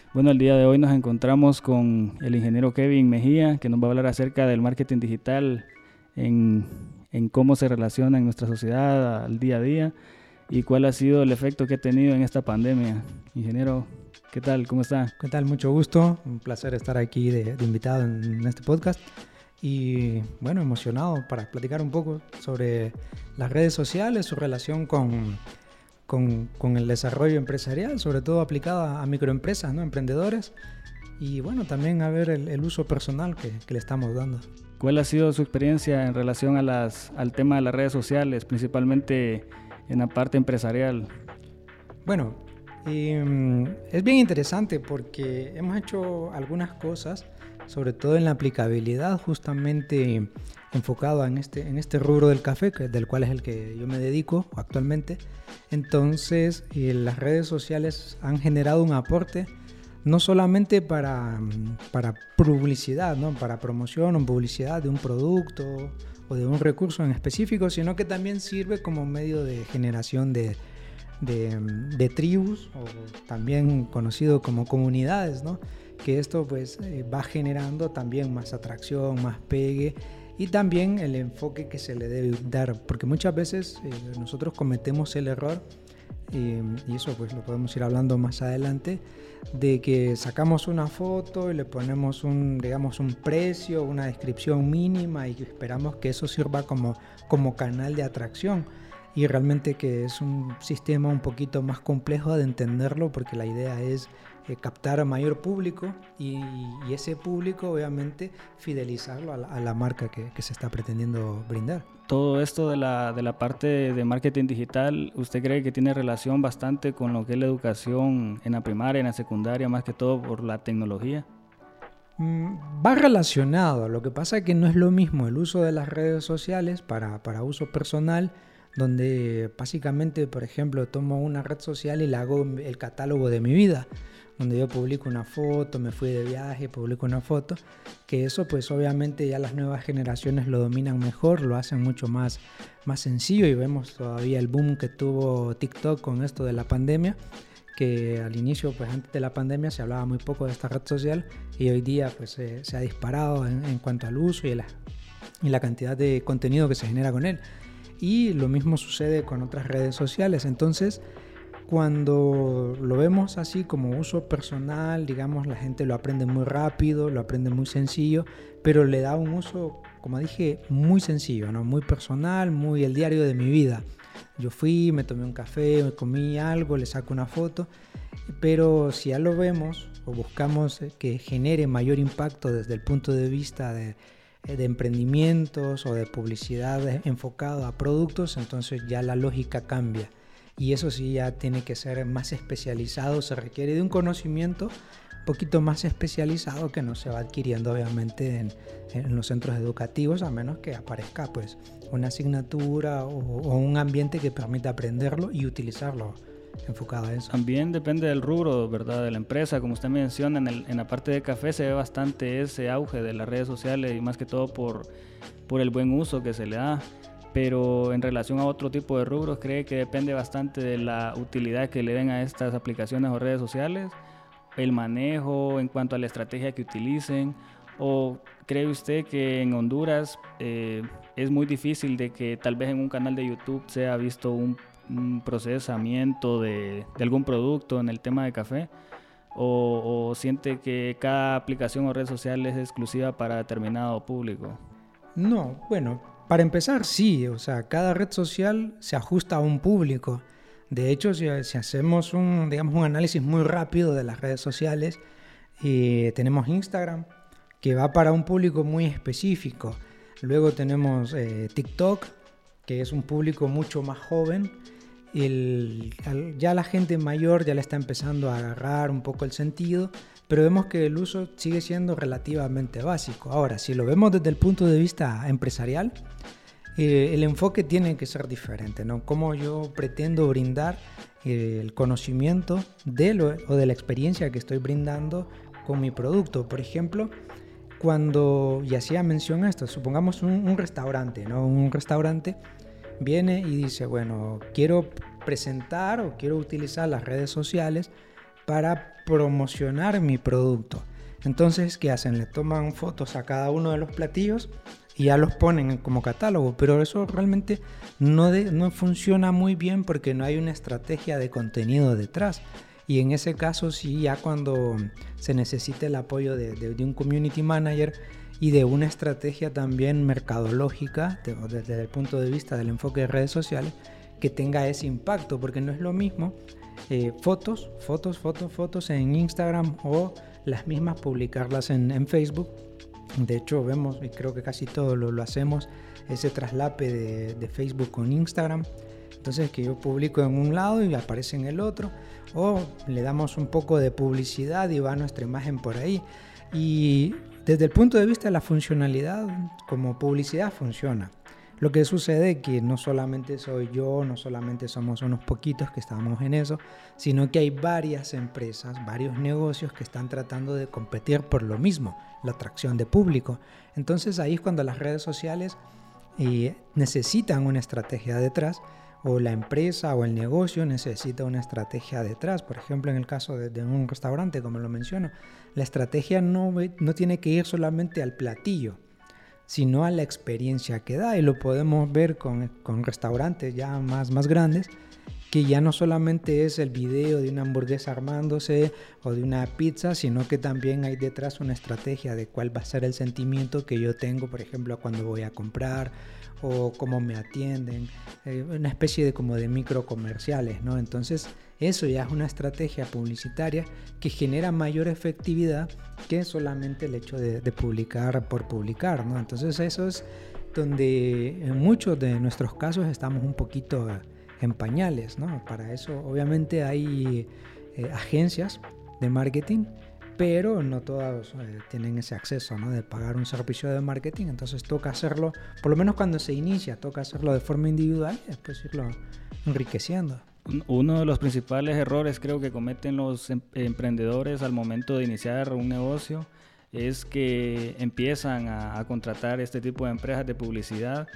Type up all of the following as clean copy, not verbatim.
Bueno, el día de hoy nos encontramos con el ingeniero Kevin Mejía, que nos va a hablar acerca del marketing digital en, en cómo se relaciona en nuestra sociedad al día a día y cuál ha sido el efecto que ha tenido en esta pandemia. Ingeniero, ¿qué tal? ¿Cómo está? ¿Qué tal? Mucho gusto. Un placer estar aquí de invitado en este podcast. Y bueno, emocionado para platicar un poco sobre las redes sociales, su relación con el desarrollo empresarial, sobre todo aplicado a microempresas, ¿no? Emprendedores. Y bueno, también a ver el uso personal que le estamos dando. ¿Cuál ha sido su experiencia en relación al tema de las redes sociales, principalmente en la parte empresarial? Bueno, es bien interesante porque hemos hecho algunas cosas, sobre todo en la aplicabilidad, justamente enfocado en este rubro del café, del cual es el que yo me dedico actualmente. Entonces, las redes sociales han generado un aporte no solamente para publicidad, ¿no? Para promoción o publicidad de un producto o de un recurso en específico, sino que también sirve como medio de generación de tribus, o también conocido como comunidades, ¿no? Que esto pues va generando también más atracción, más pegue y también el enfoque que se le debe dar, porque muchas veces nosotros cometemos el error y eso pues lo podemos ir hablando más adelante, de que sacamos una foto y le ponemos un precio, una descripción mínima y esperamos que eso sirva como canal de atracción. Y realmente que es un sistema un poquito más complejo de entenderlo, porque la idea es captar a mayor público y ese público obviamente fidelizarlo a la marca que se está pretendiendo brindar. Todo esto de la parte de marketing digital, ¿usted cree que tiene relación bastante con lo que es la educación en la primaria, en la secundaria, más que todo por la tecnología? Va relacionado, lo que pasa es que no es lo mismo el uso de las redes sociales para uso personal, donde básicamente, por ejemplo, tomo una red social y le hago el catálogo de mi vida, donde yo publico una foto, me fui de viaje, publico una foto, que eso pues obviamente ya las nuevas generaciones lo dominan mejor, lo hacen mucho más sencillo, y vemos todavía el boom que tuvo TikTok con esto de la pandemia, que al inicio, pues antes de la pandemia se hablaba muy poco de esta red social y hoy día pues se ha disparado en cuanto al uso y la cantidad de contenido que se genera con él. Y lo mismo sucede con otras redes sociales. Entonces, cuando lo vemos así como uso personal, digamos, la gente lo aprende muy rápido, lo aprende muy sencillo, pero le da un uso, como dije, muy sencillo, ¿no? Muy personal, muy el diario de mi vida. Yo fui, me tomé un café, me comí algo, le saco una foto, pero si ya lo vemos o buscamos que genere mayor impacto desde el punto de vista de emprendimientos o de publicidad enfocado a productos, entonces ya la lógica cambia. Y eso sí ya tiene que ser más especializado, se requiere de un conocimiento un poquito más especializado que no se va adquiriendo obviamente en los centros educativos, a menos que aparezca pues una asignatura o un ambiente que permita aprenderlo y utilizarlo enfocado a eso. También depende del rubro, ¿verdad? De la empresa. Como usted menciona, en la parte de café se ve bastante ese auge de las redes sociales y más que todo por el buen uso que se le da. Pero en relación a otro tipo de rubros, ¿cree que depende bastante de la utilidad que le den a estas aplicaciones o redes sociales? ¿El manejo en cuanto a la estrategia que utilicen? ¿O cree usted que en Honduras es muy difícil de que tal vez en un canal de YouTube sea visto un procesamiento de algún producto en el tema de café? ¿O siente que cada aplicación o red social es exclusiva para determinado público? No, bueno, para empezar sí, o sea, cada red social se ajusta a un público. De hecho, si hacemos un análisis muy rápido de las redes sociales, tenemos Instagram, que va para un público muy específico. Luego tenemos TikTok, que es un público mucho más joven. Ya la gente mayor ya le está empezando a agarrar un poco el sentido, pero vemos que el uso sigue siendo relativamente básico. Ahora, si lo vemos desde el punto de vista empresarial, el enfoque tiene que ser diferente, ¿no? Cómo yo pretendo brindar el conocimiento de la experiencia que estoy brindando con mi producto. Por ejemplo, cuando, y hacía mención a esto, supongamos un restaurante, ¿no? Un restaurante viene y dice, bueno, quiero presentar o quiero utilizar las redes sociales para promocionar mi producto. Entonces, ¿qué hacen? Le toman fotos a cada uno de los platillos y ya los ponen como catálogo, pero eso realmente no funciona muy bien porque no hay una estrategia de contenido detrás. Y en ese caso sí, ya cuando se necesita el apoyo de un community manager y de una estrategia también mercadológica, desde el punto de vista del enfoque de redes sociales, que tenga ese impacto, porque no es lo mismo fotos en Instagram o las mismas publicarlas en Facebook. De hecho vemos, y creo que casi todos lo hacemos, ese traslape de Facebook con Instagram. Entonces que yo publico en un lado y aparece en el otro, o le damos un poco de publicidad y va nuestra imagen por ahí. Y desde el punto de vista de la funcionalidad, como publicidad funciona. Lo que sucede es que no solamente soy yo, no solamente somos unos poquitos que estamos en eso, sino que hay varias empresas, varios negocios que están tratando de competir por lo mismo, la atracción de público. Entonces ahí es cuando las redes sociales necesitan una estrategia detrás, o la empresa o el negocio necesita una estrategia detrás. Por ejemplo, en el caso de un restaurante, como lo menciono, la estrategia no tiene que ir solamente al platillo, sino a la experiencia que da, y lo podemos ver con restaurantes ya más grandes, que ya no solamente es el video de una hamburguesa armándose o de una pizza, sino que también hay detrás una estrategia de cuál va a ser el sentimiento que yo tengo, por ejemplo, cuando voy a comprar, o cómo me atienden, una especie de como de micro comerciales, ¿no? Entonces eso ya es una estrategia publicitaria que genera mayor efectividad que solamente el hecho de publicar por publicar, ¿no? Entonces eso es donde en muchos de nuestros casos estamos un poquito en pañales, ¿no? Para eso obviamente hay agencias de marketing, pero no todas tienen ese acceso, ¿no? De pagar un servicio de marketing. Entonces toca hacerlo, por lo menos cuando se inicia, toca hacerlo de forma individual y después irlo enriqueciendo. Uno de los principales errores creo que cometen los emprendedores al momento de iniciar un negocio es que empiezan a contratar este tipo de empresas de publicidad.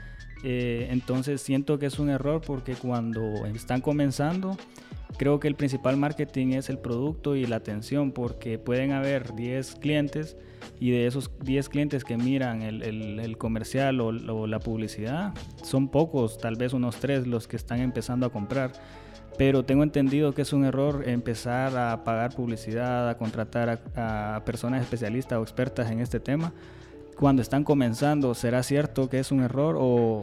Entonces siento que es un error porque cuando están comenzando, creo que el principal marketing es el producto y la atención, porque pueden haber 10 clientes y de esos 10 clientes que miran el comercial o la publicidad, son pocos, tal vez unos 3 los que están empezando a comprar. Pero tengo entendido que es un error empezar a pagar publicidad, a contratar a personas especialistas o expertas en este tema cuando están comenzando. ¿Será cierto que es un error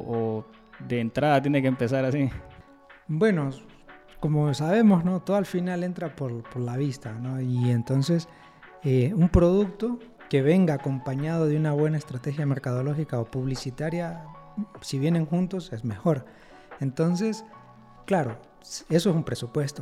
o de entrada tiene que empezar así? Bueno, como sabemos, ¿no? Todo al final entra por la vista, ¿no? Y entonces un producto que venga acompañado de una buena estrategia mercadológica o publicitaria, si vienen juntos es mejor. Entonces, claro, eso es un presupuesto.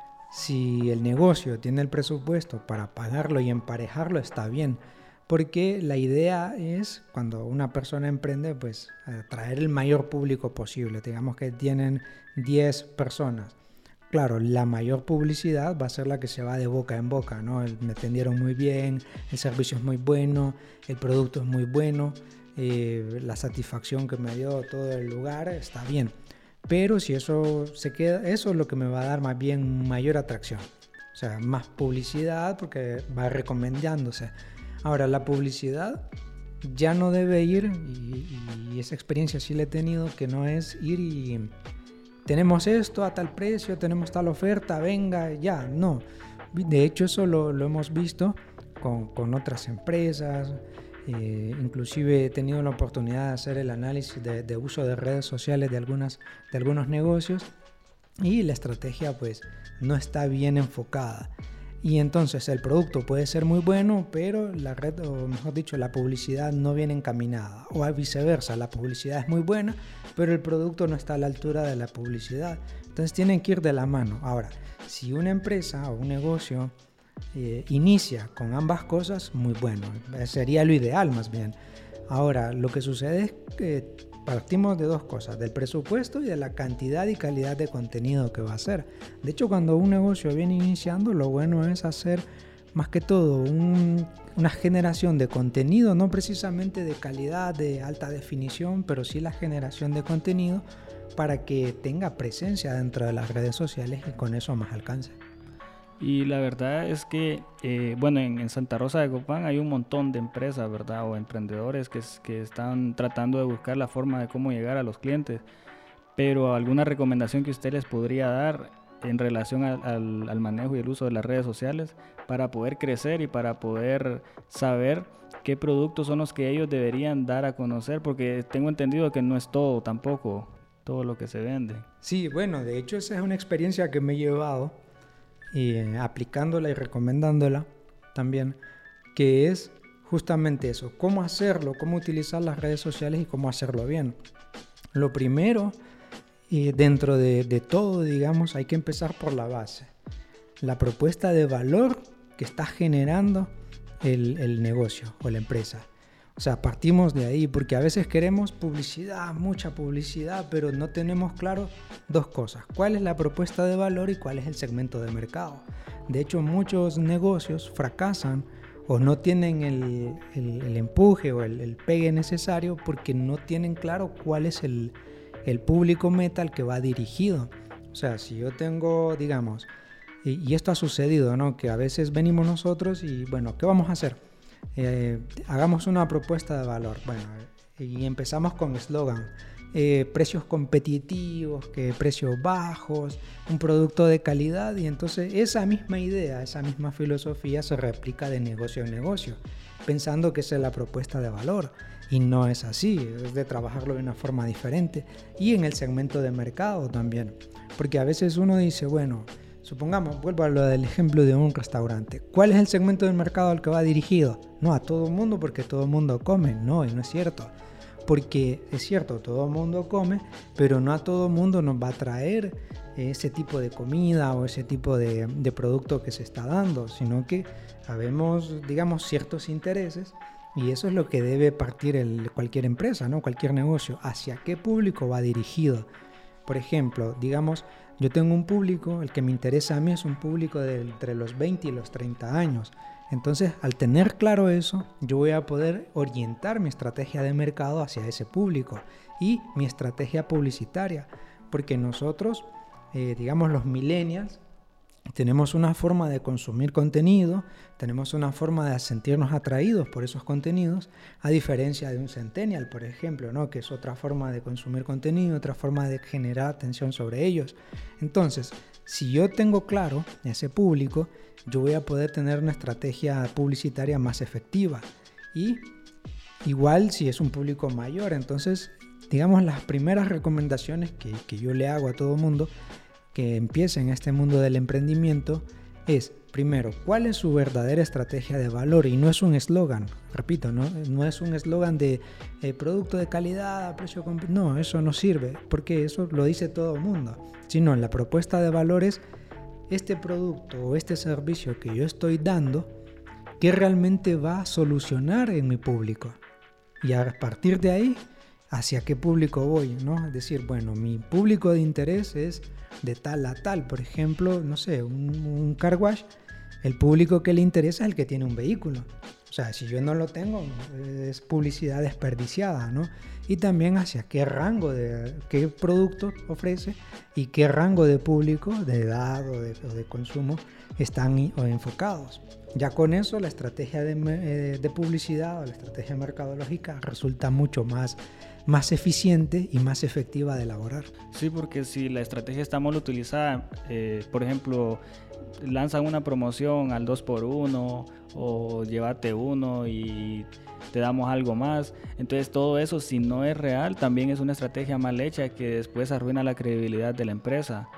Si el negocio tiene el presupuesto para pagarlo y emparejarlo, está bien. Porque la idea es, cuando una persona emprende, pues atraer el mayor público posible. Digamos que tienen 10 personas. Claro, la mayor publicidad va a ser la que se va de boca en boca, ¿no? Me atendieron muy bien, el servicio es muy bueno, el producto es muy bueno, la satisfacción que me dio todo el lugar está bien. Pero si eso se queda, eso es lo que me va a dar más bien mayor atracción. O sea, más publicidad porque va recomendándose. Ahora, la publicidad ya no debe ir, y esa experiencia sí la he tenido, que no es ir y tenemos esto a tal precio, tenemos tal oferta, venga, ya, no. De hecho, eso lo hemos visto con otras empresas. Inclusive he tenido la oportunidad de hacer el análisis de uso de redes sociales de algunos negocios, y la estrategia pues no está bien enfocada. Y entonces el producto puede ser muy bueno, pero la red, o mejor dicho, la publicidad no viene encaminada. O viceversa, la publicidad es muy buena, pero el producto no está a la altura de la publicidad. Entonces tienen que ir de la mano. Ahora, si una empresa o un negocio inicia con ambas cosas, muy bueno. Sería lo ideal más bien. Ahora, lo que sucede es que partimos de dos cosas, del presupuesto y de la cantidad y calidad de contenido que va a hacer. De hecho, cuando un negocio viene iniciando, lo bueno es hacer más que todo una generación de contenido, no precisamente de calidad, de alta definición, pero sí la generación de contenido para que tenga presencia dentro de las redes sociales y con eso más alcance. Y la verdad es que, bueno, en Santa Rosa de Copán hay un montón de empresas, ¿verdad? O emprendedores que están tratando de buscar la forma de cómo llegar a los clientes. Pero alguna recomendación que usted les podría dar en relación al manejo y el uso de las redes sociales para poder crecer y para poder saber qué productos son los que ellos deberían dar a conocer, porque tengo entendido que no es todo tampoco, todo lo que se vende. Sí, bueno, de hecho esa es una experiencia que me he llevado y aplicándola y recomendándola también, que es justamente eso, cómo hacerlo, cómo utilizar las redes sociales y cómo hacerlo bien. Lo primero, y dentro de todo, digamos, hay que empezar por la base, la propuesta de valor que está generando el negocio o la empresa. O sea, partimos de ahí porque a veces queremos publicidad, mucha publicidad, pero no tenemos claro dos cosas. ¿Cuál es la propuesta de valor y cuál es el segmento de mercado? De hecho, muchos negocios fracasan o no tienen el empuje o el pegue necesario porque no tienen claro cuál es el público meta al que va dirigido. O sea, si yo tengo, digamos, y esto ha sucedido, ¿no? Que a veces venimos nosotros y, bueno, ¿qué vamos a hacer? Hagamos una propuesta de valor. Bueno, y empezamos con eslogan. Precios competitivos, precios bajos, un producto de calidad, y entonces esa misma idea, esa misma filosofía se replica de negocio en negocio, pensando que esa es la propuesta de valor, y no es así, es de trabajarlo de una forma diferente, y en el segmento de mercado también, porque a veces uno dice, bueno, supongamos, vuelvo a lo del ejemplo de un restaurante, ¿cuál es el segmento del mercado al que va dirigido? No a todo el mundo, porque todo el mundo come, no, y no es cierto. Porque es cierto, todo el mundo come, pero no a todo el mundo nos va a traer ese tipo de comida o ese tipo de producto que se está dando, sino que habemos, digamos, ciertos intereses, y eso es lo que debe partir cualquier empresa, ¿no? Cualquier negocio, hacia qué público va dirigido. Por ejemplo, digamos, yo tengo un público, el que me interesa a mí es un público de entre los 20 y los 30 años. Entonces, al tener claro eso, yo voy a poder orientar mi estrategia de mercado hacia ese público y mi estrategia publicitaria, porque nosotros, digamos los millennials, tenemos una forma de consumir contenido, tenemos una forma de sentirnos atraídos por esos contenidos, a diferencia de un centennial, por ejemplo, ¿no? Que es otra forma de consumir contenido, otra forma de generar atención sobre ellos. Entonces, si yo tengo claro ese público, yo voy a poder tener una estrategia publicitaria más efectiva. Y igual si es un público mayor, entonces, digamos, las primeras recomendaciones que yo le hago a todo mundo que empiece en este mundo del emprendimiento es, primero, ¿cuál es su verdadera estrategia de valor? Y no es un eslogan, repito, no es un eslogan de producto de calidad a precio competitivo. No, eso no sirve, porque eso lo dice todo el mundo. Sino la propuesta de valor es este producto o este servicio que yo estoy dando, ¿qué realmente va a solucionar en mi público? Y a partir de ahí, ¿hacia qué público voy? ¿No? Es decir, bueno, mi público de interés es de tal a tal. Por ejemplo, no sé, un car wash, el público que le interesa es el que tiene un vehículo. O sea, si yo no lo tengo, es publicidad desperdiciada, ¿no? Y también hacia qué rango qué producto ofrece y qué rango de público, de edad o de consumo están enfocados. Ya con eso la estrategia de publicidad o la estrategia mercadológica resulta mucho más eficiente y más efectiva de elaborar. Sí, porque si la estrategia está mal utilizada, por ejemplo, lanzan una promoción al 2x1 o llévate uno y te damos algo más, entonces todo eso, si no es real, también es una estrategia mal hecha que después arruina la credibilidad de la empresa,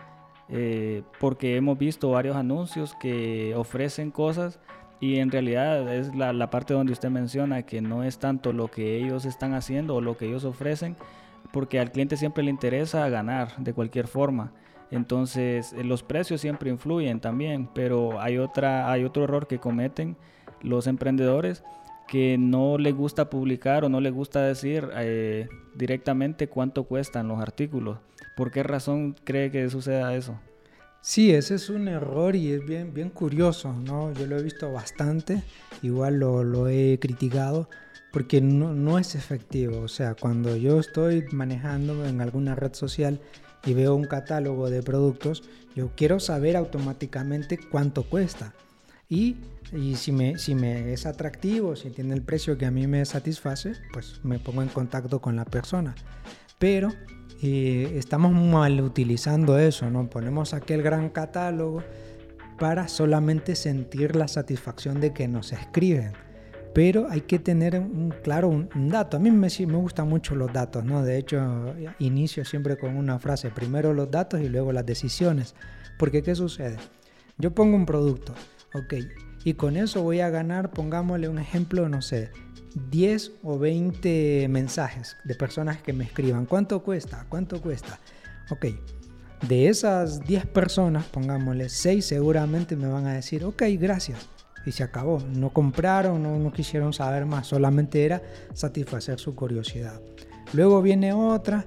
porque hemos visto varios anuncios que ofrecen cosas y en realidad es la parte donde usted menciona que no es tanto lo que ellos están haciendo o lo que ellos ofrecen, porque al cliente siempre le interesa ganar de cualquier forma. Entonces los precios siempre influyen también, pero hay otro error que cometen los emprendedores, que no les gusta publicar o no les gusta decir directamente cuánto cuestan los artículos. ¿Por qué razón cree que suceda eso? Sí, ese es un error y es bien curioso, ¿no? Yo lo he visto bastante, igual lo he criticado, porque no es efectivo. O sea, cuando yo estoy manejando en alguna red social y veo un catálogo de productos, yo quiero saber automáticamente cuánto cuesta. Y si me es atractivo, si tiene el precio que a mí me satisface, pues me pongo en contacto con la persona. Pero estamos mal utilizando eso, ¿no? Ponemos aquel gran catálogo para solamente sentir la satisfacción de que nos escriben. Pero hay que tener un dato. A mí me gustan mucho los datos, ¿no? De hecho, inicio siempre con una frase: primero los datos y luego las decisiones. Porque ¿qué sucede? Yo pongo un producto, ok, y con eso voy a ganar, pongámosle un ejemplo, no sé, 10 o 20 mensajes de personas que me escriban. ¿Cuánto cuesta? ¿Cuánto cuesta? Ok, de esas 10 personas, pongámosle 6 seguramente me van a decir, ok, gracias. Y se acabó. No compraron, no quisieron saber más, solamente era satisfacer su curiosidad. Luego viene otra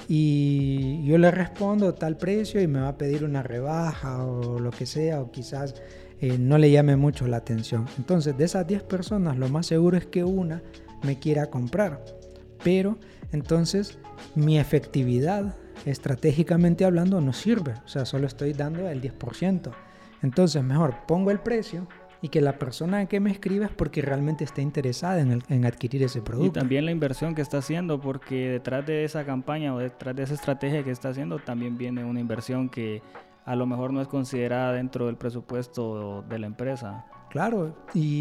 y yo le respondo tal precio y me va a pedir una rebaja o lo que sea, o quizás no le llame mucho la atención. Entonces, de esas 10 personas, lo más seguro es que una me quiera comprar. Pero entonces mi efectividad, estratégicamente hablando, no sirve. O sea, solo estoy dando el 10%. Entonces, mejor pongo el precio y que la persona que me escriba es porque realmente está interesada en adquirir ese producto. Y también la inversión que está haciendo, porque detrás de esa campaña o detrás de esa estrategia que está haciendo también viene una inversión que a lo mejor no es considerada dentro del presupuesto de la empresa. Claro,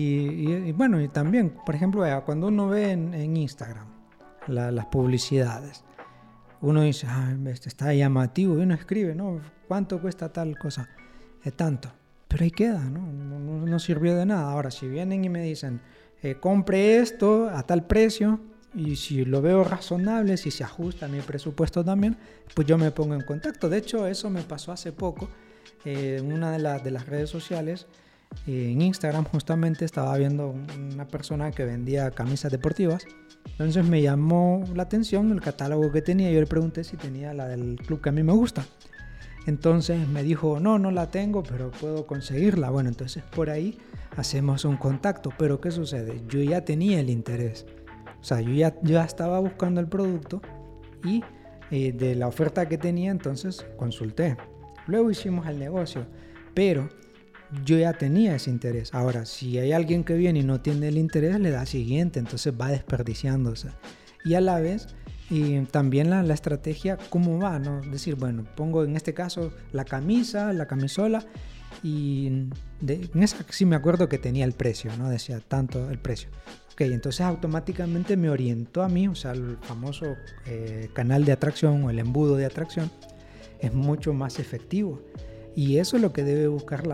y bueno, y también, por ejemplo, cuando uno ve en Instagram las publicidades, uno dice, este está llamativo, y uno escribe, ¿no? ¿Cuánto cuesta tal cosa? Es tanto. Pero ahí queda, no sirvió de nada. Ahora, si vienen y me dicen, compre esto a tal precio, y si lo veo razonable, si se ajusta a mi presupuesto también, pues yo me pongo en contacto. De hecho, eso me pasó hace poco en una de las redes sociales. En Instagram justamente estaba viendo una persona que vendía camisas deportivas. Entonces me llamó la atención el catálogo que tenía. Yo le pregunté si tenía la del club que a mí me gusta. Entonces me dijo, no la tengo, pero puedo conseguirla. Bueno, entonces por ahí hacemos un contacto. Pero ¿qué sucede? Yo ya tenía el interés. O sea, yo ya estaba buscando el producto y de la oferta que tenía, entonces consulté. Luego hicimos el negocio, pero yo ya tenía ese interés. Ahora, si hay alguien que viene y no tiene el interés, le da siguiente, entonces va desperdiciándose. Y a la vez, y también la estrategia, ¿cómo va? ¿No? Es decir, bueno, pongo en este caso la camisa, la camisola, y en esa sí me acuerdo que tenía el precio, ¿no? Decía tanto el precio. Ok, entonces automáticamente me orientó a mí, o sea, el famoso canal de atracción o el embudo de atracción es mucho más efectivo. Y eso es lo que debe buscar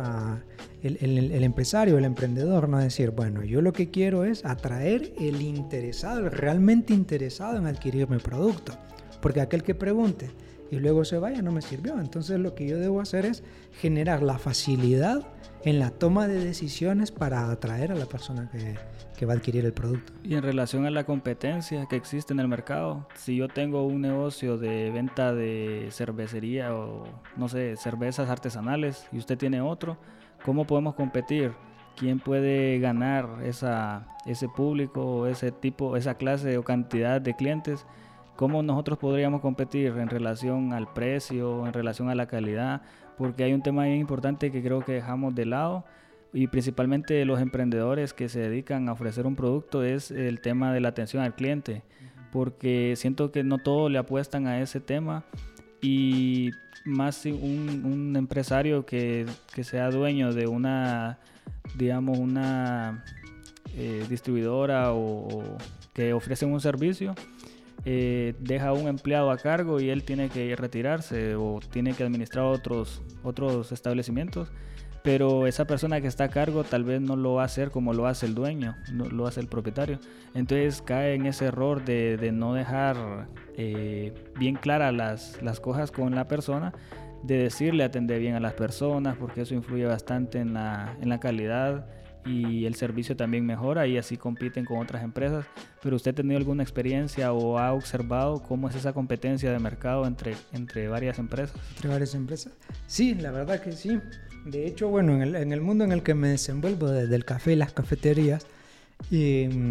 el empresario, el emprendedor, ¿no? Decir, bueno, yo lo que quiero es atraer el interesado, el realmente interesado en adquirir mi producto. Porque aquel que pregunte y luego se vaya no me sirvió. Entonces lo que yo debo hacer es generar la facilidad en la toma de decisiones para atraer a la persona que va a adquirir el producto. Y en relación a la competencia que existe en el mercado, si yo tengo un negocio de venta de cervecería o no sé, cervezas artesanales y usted tiene otro, ¿cómo podemos competir? ¿Quién puede ganar ese público, esa clase o cantidad de clientes? ¿Cómo nosotros podríamos competir en relación al precio, en relación a la calidad? Porque hay un tema bien importante que creo que dejamos de lado, y principalmente los emprendedores que se dedican a ofrecer un producto, es el tema de la atención al cliente, porque siento que no todos le apuestan a ese tema, y más si un empresario que sea dueño de una, digamos, una distribuidora o que ofrece un servicio, deja a un empleado a cargo y él tiene que retirarse o tiene que administrar otros establecimientos, pero esa persona que está a cargo tal vez no lo va a hacer como lo hace el dueño, no lo hace el propietario. Entonces cae en ese error de no dejar bien claras las cosas con la persona, de decirle atender bien a las personas, porque eso influye bastante en la calidad, y el servicio también mejora, y así compiten con otras empresas. Pero ¿usted ha tenido alguna experiencia o ha observado cómo es esa competencia de mercado entre varias empresas? ¿Entre varias empresas? Sí, la verdad que sí. De hecho, bueno, en el mundo en el que me desenvuelvo, desde el café y las cafeterías,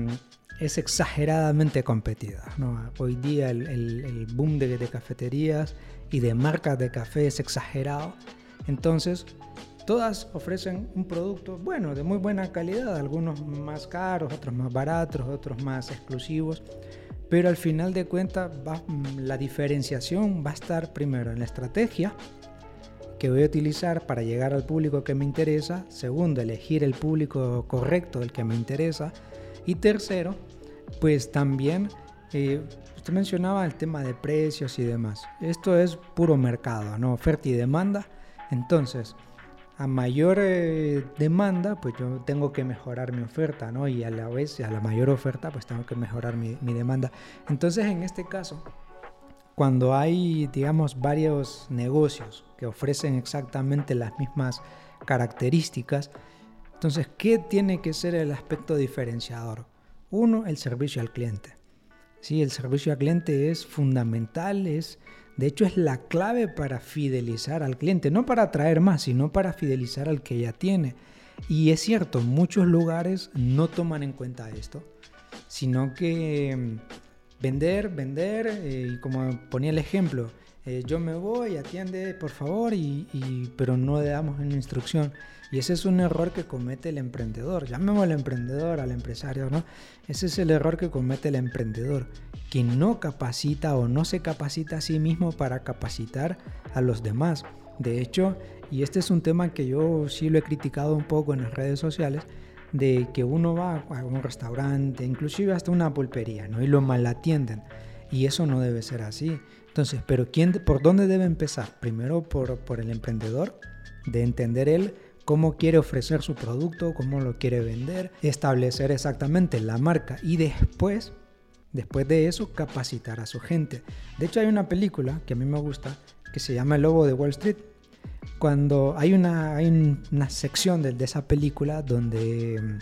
es exageradamente competida, ¿no? Hoy día el boom de cafeterías y de marcas de café es exagerado. Entonces, todas ofrecen un producto, bueno, de muy buena calidad, algunos más caros, otros más baratos, otros más exclusivos, pero al final de cuentas la diferenciación va a estar primero en la estrategia que voy a utilizar para llegar al público que me interesa, segundo, elegir el público correcto, el que me interesa, y tercero, pues también, usted mencionaba el tema de precios y demás. Esto es puro mercado, ¿no? Oferta y demanda. Entonces, a mayor demanda, pues yo tengo que mejorar mi oferta, ¿no? Y a la vez, a la mayor oferta, pues tengo que mejorar mi demanda. Entonces, en este caso, cuando hay, digamos, varios negocios que ofrecen exactamente las mismas características, entonces, ¿qué tiene que ser el aspecto diferenciador? Uno, el servicio al cliente. Sí, el servicio al cliente es fundamental, de hecho es la clave para fidelizar al cliente, no para atraer más, sino para fidelizar al que ya tiene. Y es cierto, muchos lugares no toman en cuenta esto, sino que vender, y como ponía el ejemplo, yo me voy, atiende por favor, pero no le damos una instrucción. Y ese es un error que comete el emprendedor. Llamémosle emprendedor al empresario, ¿no? Ese es el error que comete el emprendedor, que no capacita o no se capacita a sí mismo para capacitar a los demás. De hecho, y este es un tema que yo sí lo he criticado un poco en las redes sociales, de que uno va a un restaurante, inclusive hasta una pulpería, ¿no? Y lo malatienden. Y eso no debe ser así. Entonces, ¿pero por dónde debe empezar? Primero por el emprendedor, de entender él cómo quiere ofrecer su producto, cómo lo quiere vender, establecer exactamente la marca y después de eso capacitar a su gente. De hecho, hay una película que a mí me gusta que se llama El Lobo de Wall Street. Cuando hay una sección de esa película donde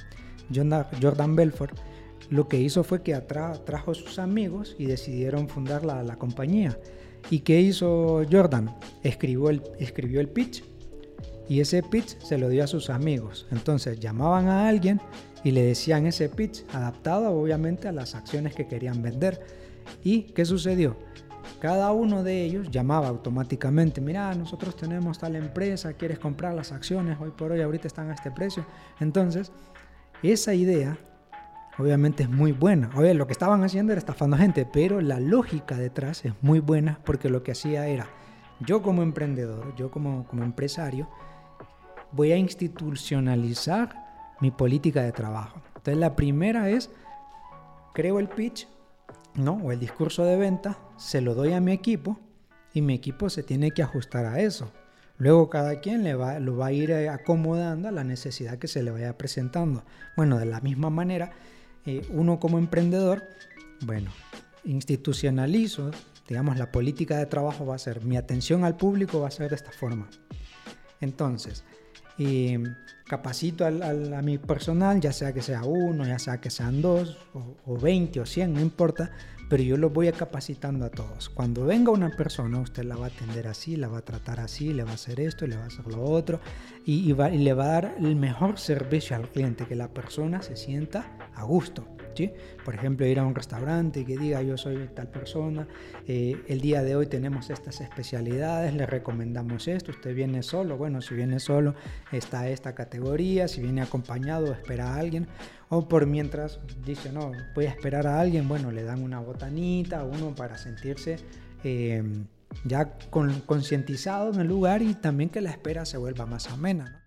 Jordan Belfort lo que hizo fue que trajo a sus amigos y decidieron fundar la compañía. ¿Y qué hizo Jordan? Escribió el pitch. Y ese pitch se lo dio a sus amigos. Entonces llamaban a alguien y le decían ese pitch, adaptado obviamente a las acciones que querían vender. ¿Y qué sucedió? Cada uno de ellos llamaba automáticamente, mira, nosotros tenemos tal empresa, ¿quieres comprar las acciones? Hoy por hoy ahorita están a este precio. Entonces, esa idea obviamente es muy buena. Oye, lo que estaban haciendo era estafando a gente, pero la lógica detrás es muy buena porque lo que hacía era, yo como emprendedor, yo como empresario, voy a institucionalizar mi política de trabajo. Entonces la primera es, creo el pitch, ¿no? O el discurso de venta, se lo doy a mi equipo y mi equipo se tiene que ajustar a eso. Luego cada quien lo va a ir acomodando a la necesidad que se le vaya presentando. Bueno, de la misma manera, uno como emprendedor, bueno, institucionalizo, digamos, la política de trabajo va a ser, mi atención al público va a ser de esta forma. Entonces, capacito a mi personal, ya sea que sea uno, ya sea que sean 2 o 20 o 100, no importa, pero yo los voy a capacitando a todos. Cuando venga una persona, usted la va a atender así, la va a tratar así, le va a hacer esto, le va a hacer lo otro y le va a dar el mejor servicio al cliente, que la persona se sienta a gusto. ¿Sí? Por ejemplo, ir a un restaurante y que diga yo soy tal persona, el día de hoy tenemos estas especialidades, le recomendamos esto, usted viene solo, bueno, si viene solo está esta categoría, si viene acompañado espera a alguien, o por mientras dice no, voy a esperar a alguien, bueno, le dan una botanita a uno para sentirse ya concientizado en el lugar y también que la espera se vuelva más amena, ¿no?